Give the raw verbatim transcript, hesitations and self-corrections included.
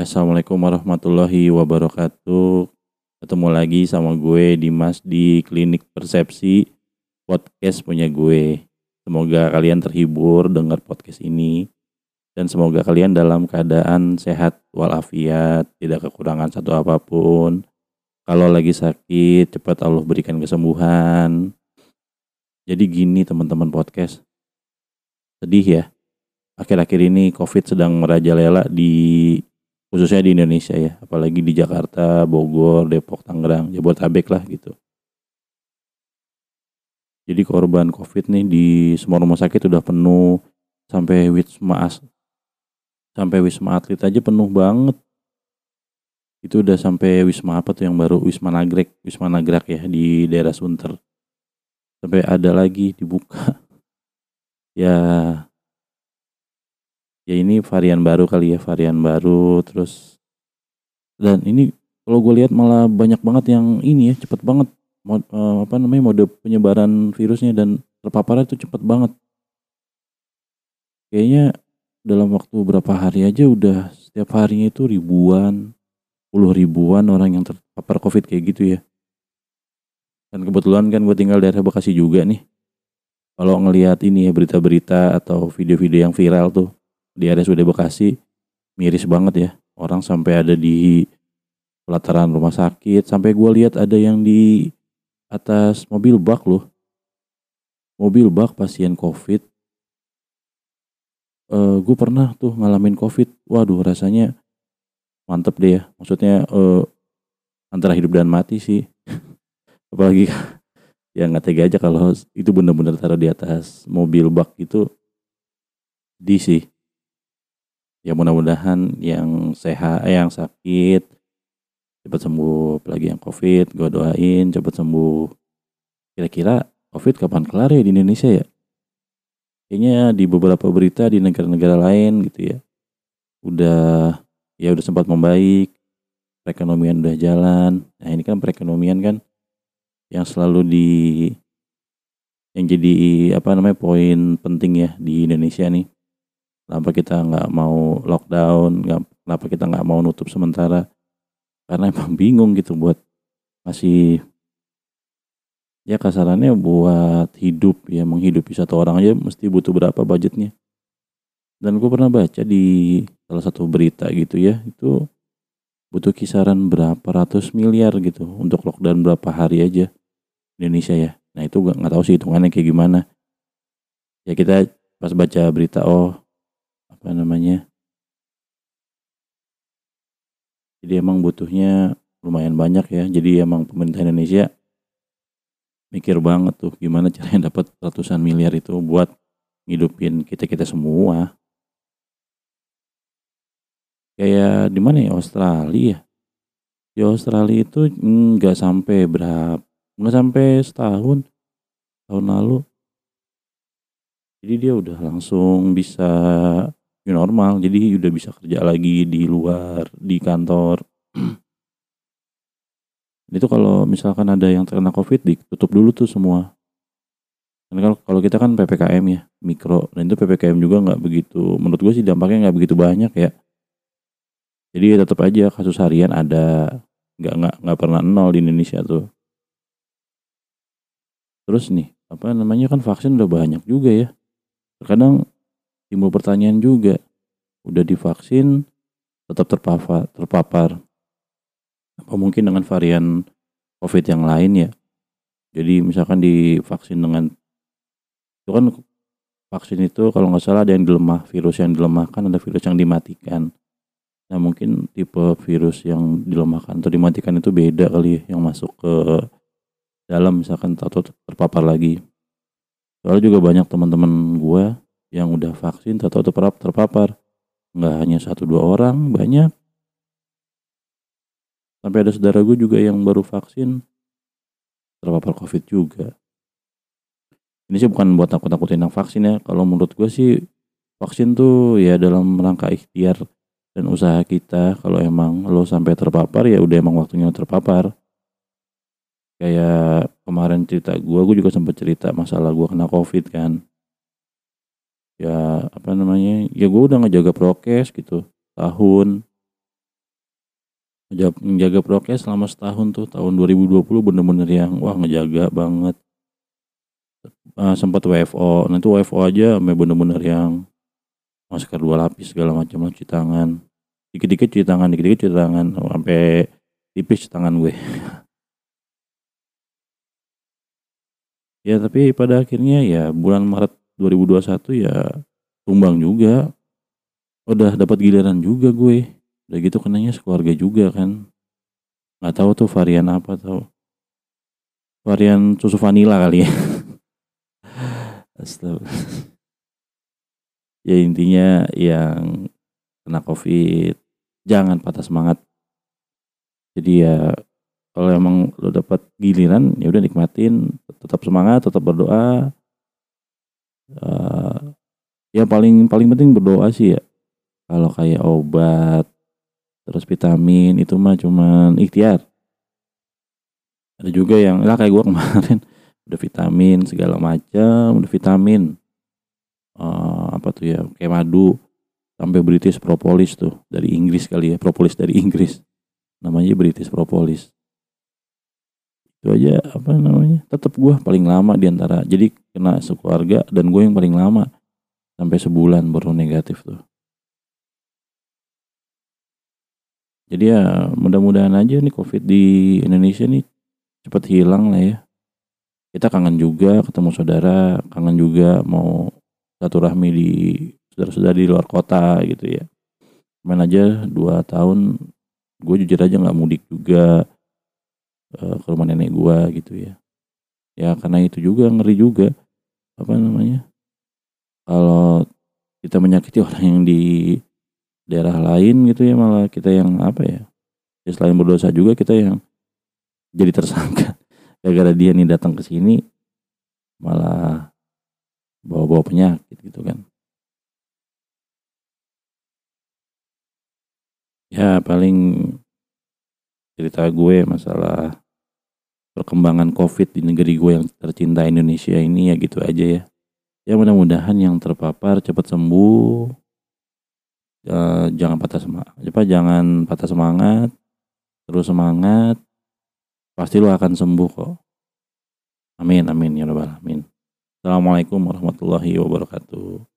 Assalamualaikum warahmatullahi wabarakatuh. Ketemu lagi sama gue Dimas di Klinik Persepsi, podcast punya gue. Semoga kalian terhibur dengar podcast ini dan semoga kalian dalam keadaan sehat walafiat, tidak kekurangan satu apapun. Kalau lagi sakit, cepat Allah berikan kesembuhan. Jadi gini teman-teman podcast, sedih ya. Akhir-akhir ini COVID sedang merajalela di khususnya di Indonesia ya, apalagi di Jakarta, Bogor, Depok, Tangerang, Jabodetabek lah gitu. Jadi korban COVID nih di semua rumah sakit udah penuh, sampai wisma as, sampai wisma atlet aja penuh banget. Itu udah sampai wisma apa tuh yang baru, Wisma Nagrek, Wisma Nagrak ya di daerah Sunter. Sampai ada lagi dibuka. Ya, ya ini varian baru kali ya, varian baru terus. Dan ini kalau gue lihat malah banyak banget yang ini ya, cepet banget mod, eh, apa namanya mode penyebaran virusnya dan terpaparnya itu cepet banget. Kayaknya dalam waktu berapa hari aja udah setiap harinya itu ribuan, puluh ribuan orang yang terpapar COVID kayak gitu ya. Dan kebetulan kan gue tinggal daerah Bekasi juga nih. Kalau ngelihat ini ya berita-berita atau video-video yang viral tuh di R S U D Bekasi, miris banget ya. Orang sampai ada di pelataran rumah sakit, sampai gue lihat ada yang di atas mobil bak loh. Mobil bak pasien COVID. Uh, gue pernah tuh ngalamin COVID. Waduh, rasanya mantep deh ya. Maksudnya uh, antara hidup dan mati sih. Apalagi ya nggak tega aja kalau itu bener-bener taruh di atas mobil bak itu. Di sih. Ya mudah-mudahan yang sehat, eh, yang sakit cepat sembuh. Apalagi yang COVID, gue doain cepat sembuh. Kira-kira COVID kapan kelar ya di Indonesia ya? Kayaknya di beberapa berita di negara-negara lain gitu ya. Udah ya udah sempat membaik. Perekonomian udah jalan. Nah ini kan perekonomian kan yang selalu di yang jadi apa namanya poin penting ya di Indonesia nih. Kenapa kita nggak mau lockdown? Gak, kenapa kita nggak mau nutup sementara? Karena emang bingung gitu buat masih ya kasarannya buat hidup ya, menghidupi satu orang aja mesti butuh berapa budgetnya. Dan gue pernah baca di salah satu berita gitu ya, itu butuh kisaran berapa ratus miliar gitu untuk lockdown berapa hari aja Indonesia ya. Nah itu gak, gak tahu sih hitungannya kayak gimana. Ya kita pas baca berita, oh apa namanya, jadi emang butuhnya lumayan banyak ya. Jadi emang pemerintah Indonesia mikir banget tuh gimana caranya dapat ratusan miliar itu buat ngidupin kita-kita semua. Kayak di mana ya, Australia. Di Australia itu nggak sampai berapa, nggak sampai setahun, tahun lalu. Jadi dia udah langsung bisa new normal, jadi udah bisa kerja lagi di luar, di kantor. Itu kalau misalkan ada yang terkena COVID ditutup dulu tuh semua. Karena kalau kita kan P P K M ya, mikro, dan itu P P K M juga nggak begitu, menurut gue sih dampaknya nggak begitu banyak ya. Jadi tetap aja kasus harian ada, nggak nggak nggak pernah nol di Indonesia tuh. Terus nih, apa namanya kan vaksin udah banyak juga ya. Terkadang timbul pertanyaan juga, udah divaksin tetap terpapar, terpapar. Apa mungkin dengan varian COVID yang lain ya? Jadi misalkan divaksin dengan, itu kan vaksin itu kalau nggak salah ada yang dilemah, virus yang dilemahkan, ada virus yang dimatikan. Nah mungkin tipe virus yang dilemahkan atau dimatikan itu beda kali ya, yang masuk ke dalam misalkan atau terpapar lagi. Soalnya juga banyak teman-teman gue yang udah vaksin atau terpapar, nggak hanya satu dua orang, banyak. Sampai ada saudara gue juga yang baru vaksin terpapar COVID juga. Ini sih bukan buat takut-takutin yang vaksin ya. Kalau menurut gue sih vaksin tuh ya dalam rangka ikhtiar dan usaha kita. Kalau emang lo sampai terpapar ya udah emang waktunya terpapar. Kayak kemarin cerita gue, gue juga sempat cerita masalah gue kena COVID kan. Ya apa namanya, ya gue udah ngejaga prokes gitu tahun. Ngejag- Ngejaga prokes selama setahun tuh, tahun dua ribu dua puluh bener-bener yang wah ngejaga banget. Eh, sempat W F O, nah itu W F O aja sampai bener-bener yang masker dua lapis segala macam lah, cuci tangan. Dikit-dikit cuci tangan, dikit-dikit cuci tangan, sampai tipis tangan gue. Ya tapi pada akhirnya ya bulan Maret dua ribu dua puluh satu ya tumbang juga. Udah dapat giliran juga gue. Udah gitu kenanya sekeluarga juga kan. Nggak tahu tuh varian apa tuh. Varian susu vanila kali ya. Astaga. Ya intinya yang kena COVID jangan patah semangat. Jadi ya kalau emang lo dapat giliran ya udah nikmatin, tetap semangat, tetap berdoa. Eh, ya paling paling penting berdoa sih ya. Kalau kayak obat terus vitamin itu mah cuman ikhtiar. Ada juga yang lah kayak gue kemarin udah vitamin segala macam, udah vitamin eh, apa tuh ya kayak madu sampai British propolis tuh dari Inggris kali ya, propolis dari Inggris namanya British propolis. Itu aja apa namanya tetap gue paling lama diantara, jadi kena sekeluarga dan gue yang paling lama sampai sebulan baru negatif tuh. Jadi ya mudah-mudahan aja nih COVID di Indonesia nih cepat hilang lah ya. Kita kangen juga ketemu saudara, kangen juga mau silaturahmi di saudara-saudara di luar kota gitu ya. Main aja dua tahun, gue jujur aja nggak mudik juga eh, ke rumah nenek gue gitu ya. Ya karena itu juga ngeri juga apa namanya. Kalau kita menyakiti orang yang di daerah lain gitu ya malah kita yang apa ya. Ya selain berdosa juga kita yang jadi tersangka. Gara-gara dia nih datang ke sini malah bawa-bawa penyakit gitu kan. Ya paling cerita gue masalah perkembangan COVID di negeri gue yang tercinta Indonesia ini ya gitu aja ya. Ya mudah-mudahan yang terpapar cepat sembuh. Eh, jangan patah semangat. Apa jangan patah semangat. Terus semangat. Pasti lo akan sembuh kok. Amin amin ya rabbal alamin. Assalamualaikum warahmatullahi wabarakatuh.